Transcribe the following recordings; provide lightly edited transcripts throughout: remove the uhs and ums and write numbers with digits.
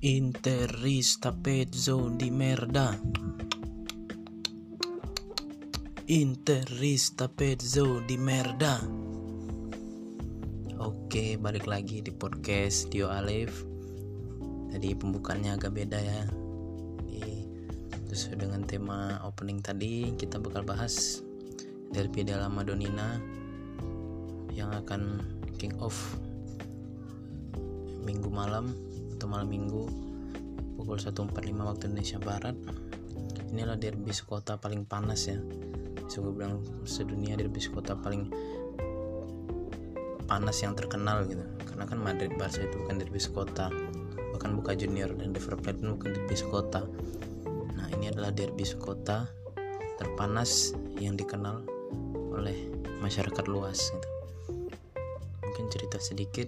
Interista pezzo di merda. Interista pezzo di merda. Oke, balik lagi di podcast Dio Alif. Tadi pembukaannya agak beda ya. Sesuai dengan tema opening tadi, kita bakal bahas Derby della Madonnina yang akan kick off minggu malam atau malam minggu pukul 1.45 waktu Indonesia Barat. Inilah derby sekota paling panas ya, bisa gue bilang sedunia derby sekota paling panas yang terkenal gitu. Karena kan Madrid Barca itu bukan derby sekota, bahkan Boca Junior dan River Plate pun bukan derby sekota. Nah, ini adalah derby sekota terpanas yang dikenal oleh masyarakat luas gitu. Mungkin cerita sedikit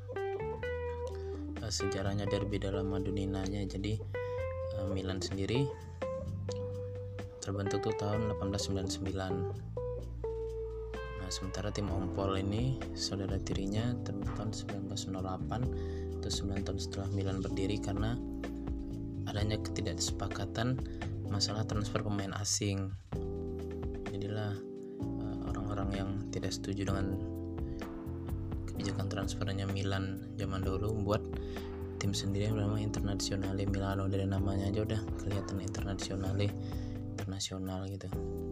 sejarahnya Derby della Madonnina-nya. Jadi Milan sendiri terbentuk tuh tahun 1899. Nah, sementara tim Ompol ini saudara tirinya terbentuk tahun 1908 atau 9 tahun setelah Milan berdiri karena adanya ketidaksepakatan masalah transfer pemain asing. Jadilah orang-orang yang tidak setuju dengan kebijakan transfernya Milan zaman dulu membuat tim sendiri yang bernama Internazionale Milano. Dari namanya aja udah kelihatan internasional gitu.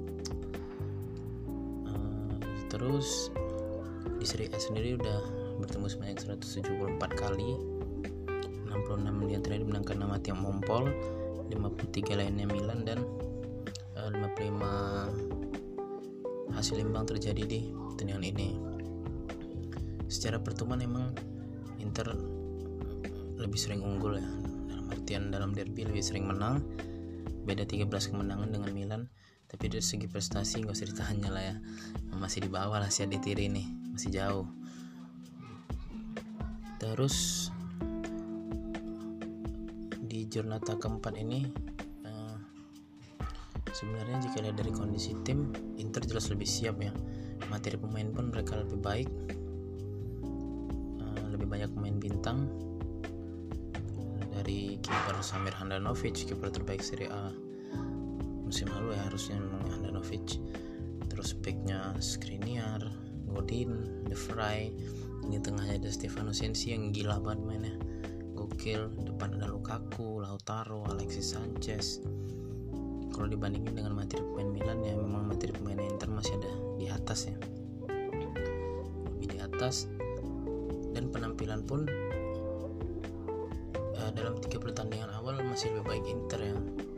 Terus di Serie A sendiri udah bertemu sebanyak 174 kali, 66 diantaranya dimenangkan nama tim Ompol, 53 lainnya Milan, dan 55 hasil imbang terjadi di pertandingan ini. Secara pertemuan emang Inter lebih sering unggul ya, dalam artian dalam derby lebih sering menang, beda 13 kemenangan dengan Milan. Tapi dari segi prestasi gak usah ditanya lah ya, masih di bawah lah si Aditiri nih, masih jauh. Terus di Giornata keempat ini sebenarnya jika lihat dari kondisi tim, Inter jelas lebih siap ya. Materi pemain pun mereka lebih baik, lebih banyak pemain bintang. Dari kiper Samir Handanovic, kiper terbaik Serie A musim lalu ya, harusnya memang Handanovic. Terus backnya Skriniar, Godin, De Vrij. Ini tengahnya ada Stefano Sensi yang gila banget mainnya, gokil. Depan ada Lukaku, Lautaro, Alexis Sanchez. Kalau dibandingin dengan materi pemain Milan ya, memang materi pemain Inter masih ada di atas ya, lebih di atas. Dan penampilan pun dalam 3 pertandingan awal masih lebih baik Inter ya.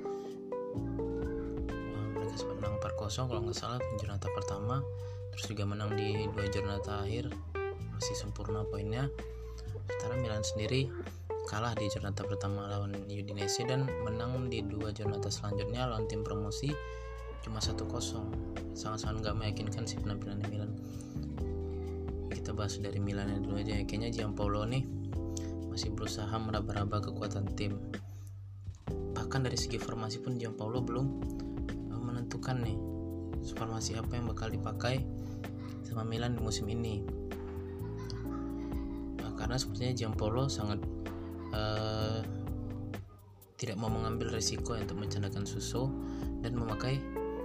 Mereka sempat menang 4-0 kalau nggak salah di Giornata pertama, terus juga menang di 2 Giornata akhir, masih sempurna poinnya. Sementara Milan sendiri kalah di Giornata pertama lawan Udinese dan menang di 2 Giornata selanjutnya lawan tim promosi cuma 1-0. Sangat-sangat nggak meyakinkan sih penampilan Milan. Kita bahas dari Milan dulu aja ya. Kayaknya Giampaolo nih masih berusaha meraba-raba kekuatan tim. Bahkan dari segi formasi pun Giampaolo belum menentukan nih formasi apa yang bakal dipakai sama Milan di musim ini. Karena sepertinya Giampaolo sangat tidak mau mengambil risiko untuk mencandakan Suso dan memakai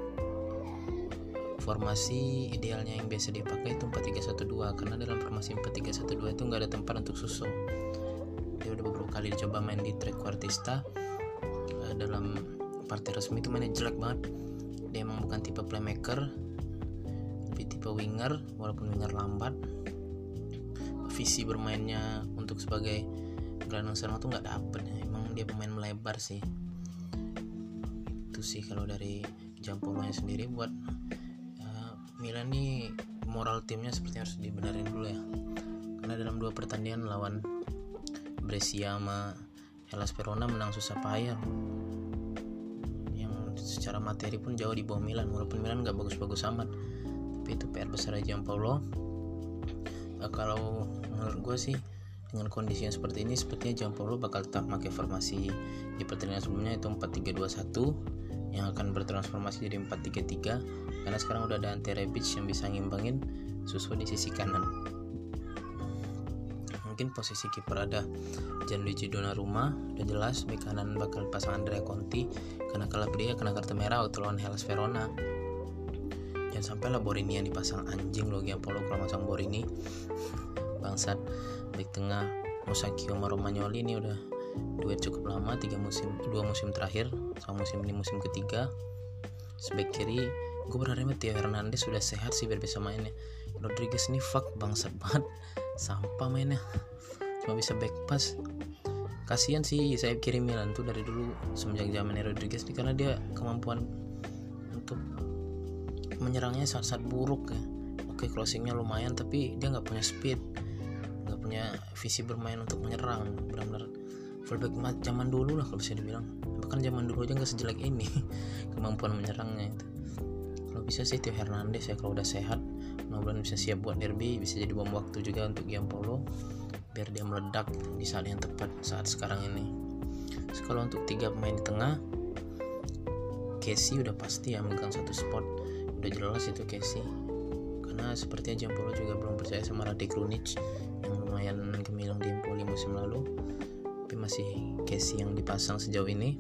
formasi idealnya yang biasa dipakai itu 4-3-1-2. Karena dalam formasi 4-3-1-2 itu nggak ada tempat untuk Suso. Dia udah beberapa kali dicoba main di trequartista, dalam partai resmi itu mainnya jelek banget. Dia emang bukan tipe playmaker, lebih tipe winger, walaupun winger lambat. Visi bermainnya untuk sebagai gelandang serang tuh nggak dapet ya. Emang dia pemain melebar sih. Itu sih kalau dari Giampaolo-nya sendiri. Buat Milan nih, moral timnya sepertinya harus dibenerin dulu ya. Karena dalam 2 pertandingan lawan Brescia sama Hellas Verona menang susah payah, yang secara materi pun jauh di bawah Milan, walaupun Milan gak bagus-bagus amat. Tapi itu PR besar Giampaolo. Kalau menurut gue sih, dengan kondisi yang seperti ini, sepertinya Giampaolo bakal tetap pakai formasi di pertandingan sebelumnya, itu 4-3-2-1 yang akan bertransformasi jadi 4-3-3, karena sekarang udah ada Ante Rebic yang bisa ngimbangin Suso di sisi kanan. mungkin posisi kiper ada Gianluigi Donnarumma, udah jelas. Bek kanan bakal pasang Andrea Conti karena Calabria kena kartu merah waktu lawan Hellas Verona. Jangan sampai lah Borini yang dipasang, anjing lo Giampolo kalau masang Borini bangsat. Bek tengah Musacchio sama Romagnoli ini udah duet cukup lama, 2 musim terakhir sama musim ini musim ketiga. Sebek kiri gue berharap Theo Hernandez sudah sehat sih biar bisa mainnya. Rodriguez ini fuck bangsat banget, sampah mainnya, cuma bisa back pass. Kasian sih sayap kiri Milan tuh dari dulu semenjak zamannya Rodriguez nih, karena dia kemampuan untuk menyerangnya sangat buruk ya. Oke, crossingnya lumayan tapi dia nggak punya speed, nggak punya visi bermain untuk menyerang. Benar-benar fullback zaman dulu lah kalau bisa dibilang, bahkan zaman dulu aja nggak sejelek ini kemampuan menyerangnya itu. Kalau bisa sih Theo Hernandez ya, kalau udah sehat mudah-mudahan bisa siap buat derby, bisa jadi bom waktu juga untuk Giampolo biar dia meledak di saat yang tepat saat sekarang ini. Terus kalau untuk 3 pemain di tengah, Kessie udah pasti ya megang satu spot, udah jelas itu Kessie, karena sepertinya Giampolo juga belum percaya sama Rade Krunic yang lumayan gemilang di Empoli musim lalu, tapi masih Kessie yang dipasang sejauh ini.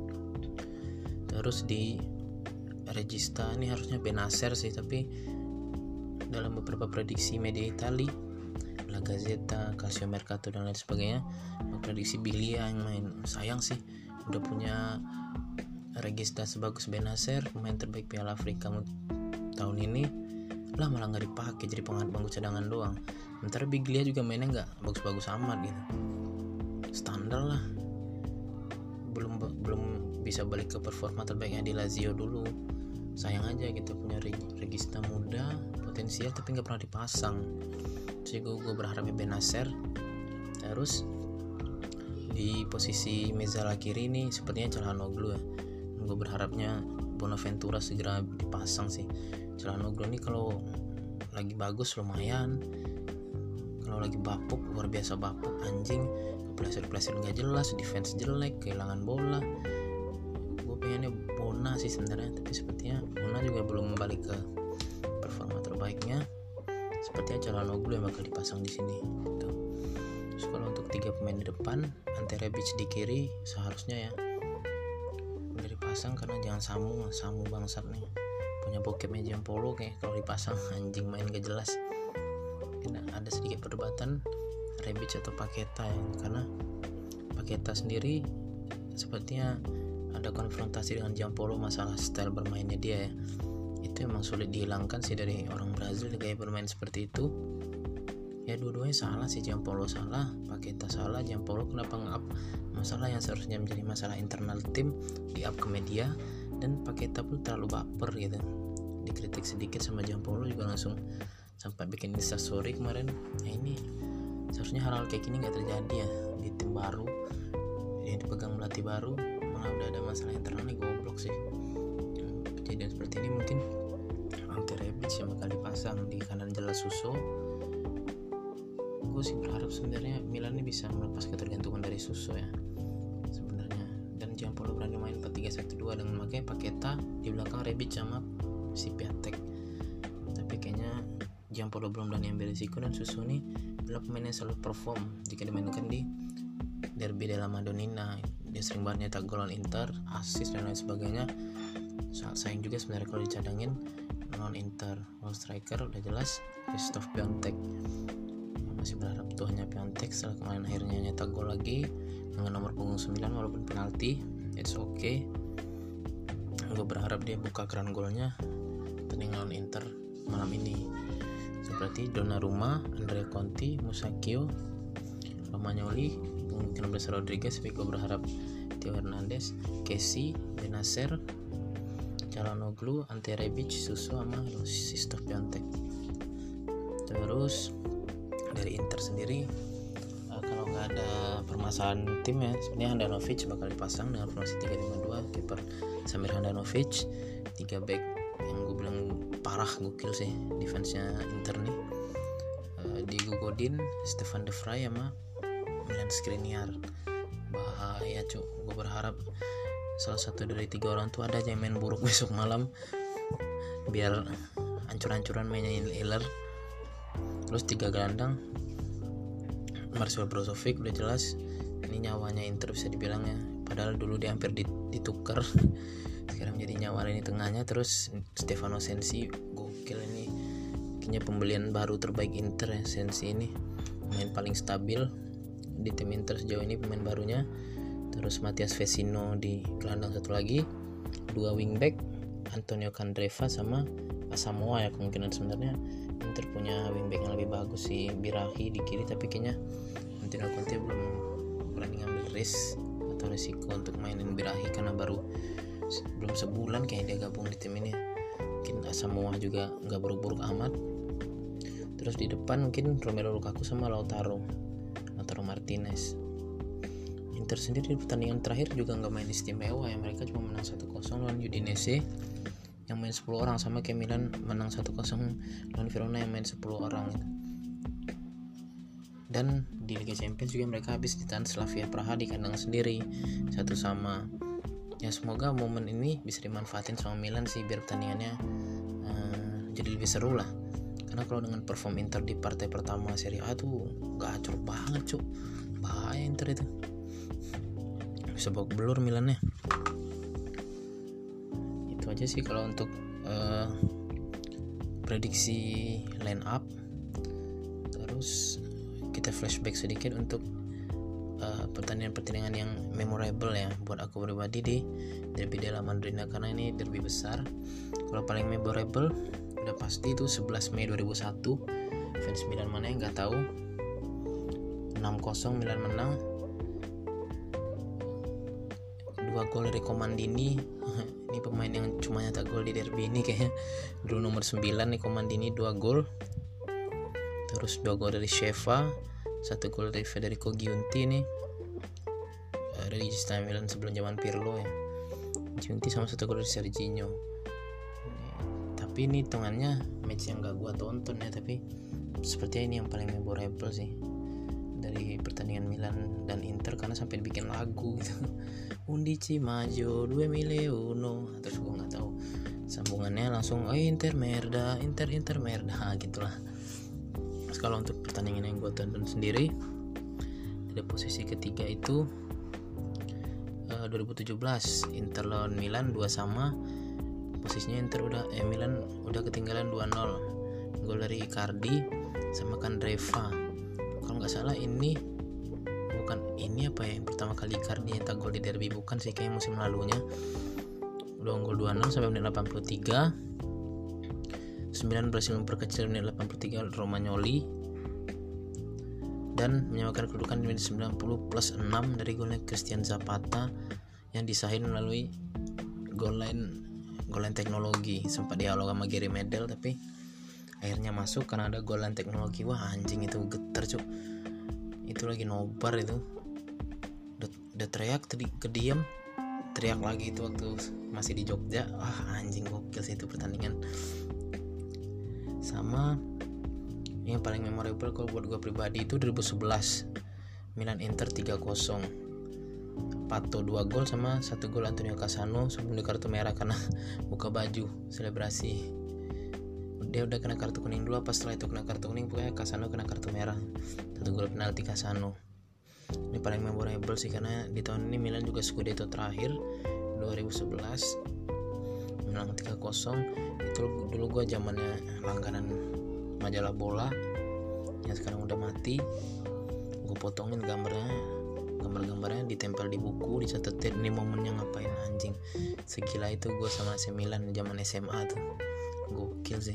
Terus di regista ini harusnya Benacer sih, tapi dalam beberapa prediksi media Itali, La Gazzetta, Calciomercato dan lain sebagainya memprediksi Biglia yang main. Sayang sih, udah punya regista sebagus Benacer, pemain terbaik Piala Afrika tahun ini, lah malah nggak dipakai jadi bangku cadangan doang. Sementara Biglia juga mainnya nggak bagus-bagus amat gitu, standar lah, belum bisa balik ke performa terbaiknya di Lazio dulu. Sayang aja gitu, punya regista muda potensial tapi nggak pernah dipasang. Jadi gue berharapnya Benacer. Terus di posisi mezzala kiri ini sepertinya Calhanoglu ya. Gue berharapnya Bonaventura segera dipasang sih. Calhanoglu ini kalau lagi bagus lumayan, kalau lagi bapuk luar biasa bapuk anjing, kepleset nggak jelas, defense jelek, kehilangan bola. Gue pengennya Bona sih sebenarnya, tapi sepertinya Bona juga belum balik ke performa terbaiknya. Sepertinya Calhanoglu yang bakal dipasang di sini gitu. Terus kalau untuk 3 pemain di depan, Ante Rebic di kiri seharusnya ya udah dipasang, karena jangan Samu bangsat nih, punya bokepnya Giampolo kayak kalau dipasang anjing main gak jelas. Mungkin ada sedikit perdebatan Rebic atau Paqueta ya, karena Paqueta sendiri sepertinya ada konfrontasi dengan Giampolo masalah style bermainnya dia ya. Itu emang sulit dihilangkan sih dari orang Brazil, gaya bermain seperti itu ya. Dua-duanya salah sih, Giampolo salah, Paqueta salah. Giampolo kenapa nge-up masalah yang seharusnya menjadi masalah internal tim di up ke media, dan Paqueta pun terlalu baper gitu, dikritik sedikit sama Giampolo juga langsung sampai bikin instastory kemarin. Nah ini seharusnya hal-hal kayak gini nggak terjadi ya di tim baru yang dipegang pelatih baru, malah udah ada masalah internal nih, goblok sih. Kejadian seperti ini mungkin Ante Rebic yang bakal dipasang di kanan jelas Suso. Gue sih berharap sebenarnya Milan ini bisa melepas ketergantungan dari Suso ya sebenarnya, dan Giampolo berani main 4-3-1-2 dengan makanya Paqueta di belakang Rebic sama si Piatek. Tapi kayaknya Giampolo belum berani ambil risiko, dan Suso ini adalah pemain yang selalu perform jika dimainkan di Derby della Madonnina. Dia sering banget nyetak gol Inter, assist dan lain sebagainya. Sayang juga sebenarnya kalau dicadangin non Inter. Kalau striker udah jelas Christophe Piontek. Masih berharap tuh hanya Piontek setelah kemarin akhirnya nyetak gol lagi dengan nomor punggung 9 walaupun penalti. It's okay. Gue berharap dia buka keran golnya tanding lawan Inter malam ini. Seperti Donnarumma, Andrea Conti, Musacchio, Romagnoli, mungkin besar Rodriguez, tapi gue berharap Theo Hernandez, Kessie, Benacer, Calhanoglu, Ante Rebic, Suso sama Christophe Piontek. Terus dari Inter sendiri, kalau nggak ada permasalahan tim ya, sebenarnya Handanovic bakal dipasang dengan formasi 3-5-2, kiper Samir Handanovic, 3 back yang gue bilang parah gokil sih defense-nya Inter nih, Diego Godin, Stefan De Vrij sama Milan Skriniar. Bahaya cuk, gue berharap salah satu dari 3 orang tuh ada aja yang main buruk besok malam biar ancur-ancuran mainnya Iller. Terus 3 gelandang Marcel Brozovic udah jelas ini nyawanya Inter bisa dibilang ya, padahal dulu dia hampir ditukar sekarang jadi nyawa lini tengahnya. Terus Stefano Sensi gokil ini, kayaknya pembelian baru terbaik Inter ya. Sensi ini pemain paling stabil di tim Inter sejauh ini, pemain barunya. Terus Matias Vecino di gelandang satu lagi, 2 wingback Antonio Candreva sama Asamoah ya. Kemungkinan sebenarnya Inter punya wingback yang lebih bagus sih, Birahi di kiri, tapi kayaknya Antonio Conte belum berani ngambil risk atau risiko untuk mainin Birahi karena belum sebulan kayak dia gabung di tim ini. Mungkin Asamoah juga nggak buruk-buruk amat. Terus di depan mungkin Romelu Lukaku sama Lautaro Martinez. Inter sendiri di pertandingan terakhir juga nggak main istimewa ya, mereka cuma menang 1-0 lawan Udinese yang main 10 orang, sama kayak Milan menang 1-0 lawan Verona yang main 10 orang gitu. Dan di Liga Champions juga mereka habis ditahan Slavia Praha di kandang sendiri 1-1. Ya semoga momen ini bisa dimanfaatin sama Milan sih biar pertandingannya jadi lebih seru lah. Karena kalau dengan perform Inter di partai pertama Serie A tuh gacor banget cuk, bahaya Inter itu, bisa babak belur Milannya. Itu aja sih kalau untuk prediksi line up. Terus kita flashback sedikit untuk pertandingan-pertandingan yang memorable ya buat aku pribadi di Derby della Madonnina, karena ini derby besar. Kalau paling memorable udah pasti itu 11 Mei 2001, fans Milan mana yang nggak tahu, 6-0 Milan menang, 2 gol dari Comandini. Ini pemain yang cuma nyetak gol di derby ini kayaknya, dulu nomor 9 nih Comandini, 2 gol. Terus 2 gol dari Sheva, 1 gol dari Federico Giunti nih, dari Milan sebelum zaman Pirlo ya, Giunti, sama 1 gol dari Serginho. Tapi ini hitungannya match yang gak gua tonton ya, tapi sepertinya ini yang paling memorable sih dari pertandingan Milan dan Inter, karena sampai dibikin lagu gitu, Undici Maggio 2001, terus gua nggak tahu sambungannya langsung Inter merda gitulah. Terus kalau untuk pertandingan yang gue tonton sendiri, di posisi ketiga itu 2017 Inter lawan Milan 2-2. Posisinya Milan udah ketinggalan 2-0, gol dari Icardi sama Candreva. Kalau nggak salah ini apa ya, yang pertama kali Icardi nyetak gol di derby, bukan sih, kayak musim lalunya. Udah unggul 2-0 sampai menit 83. 9 berhasil memperkecil menit 83 Romagnoli dan menyamakan kedudukan di menit 90+6 dari golnya Christian Zapata yang disahin melalui gol line teknologi. Sempat dialog sama Gary Medel tapi akhirnya masuk karena ada gol line teknologi. Wah anjing, itu getar cuk, itu lagi nobar itu, udah teriak kediam, teriak lagi itu waktu masih di Jogja. Wah anjing, gokil sih itu pertandingan. Sama yang paling memorable kalau buat gue pribadi itu 2011 Milan Inter 3-0, Pato 2 gol sama 1 gol Antonio Cassano sebelum di kartu merah karena buka baju selebrasi. Dia udah kena kartu kuning dulu, pas setelah itu kena kartu kuning, pokoknya Cassano kena kartu merah, 1 gol penalti Cassano. Ini paling memorable sih karena di tahun ini Milan juga Scudetto terakhir 2011 menang 3-0. Itu dulu gue zamannya langganan majalah bola yang sekarang udah mati. Gue potongin gambar-gambarnya ditempel di buku, dicatetin ini momennya ngapain anjing. Segila itu gue sama AC Milan zaman SMA tuh, gokil sih.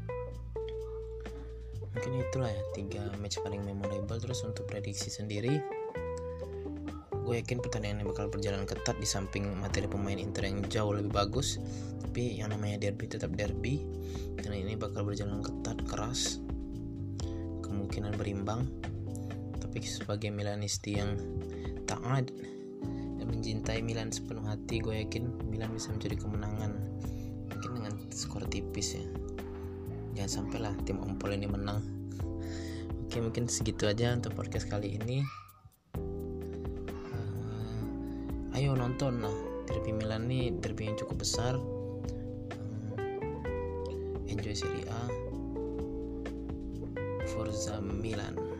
Mungkin itulah ya 3 match paling memorable. Terus untuk prediksi sendiri, gue yakin pertandingan ini bakal berjalan ketat di samping materi pemain Inter yang jauh lebih bagus. Tapi yang namanya derby tetap derby, dan ini bakal berjalan ketat, keras, kemungkinan berimbang. Tapi sebagai Milanisti yang taat dan mencintai Milan sepenuh hati, gue yakin Milan bisa mencuri kemenangan, mungkin dengan skor tipis ya. Jangan sampailah tim ompol ini menang. Oke, mungkin segitu aja untuk podcast kali ini. Ayo nonton lah, derby Milan nih derby yang cukup besar. Enjoy Serie A, Forza Milan.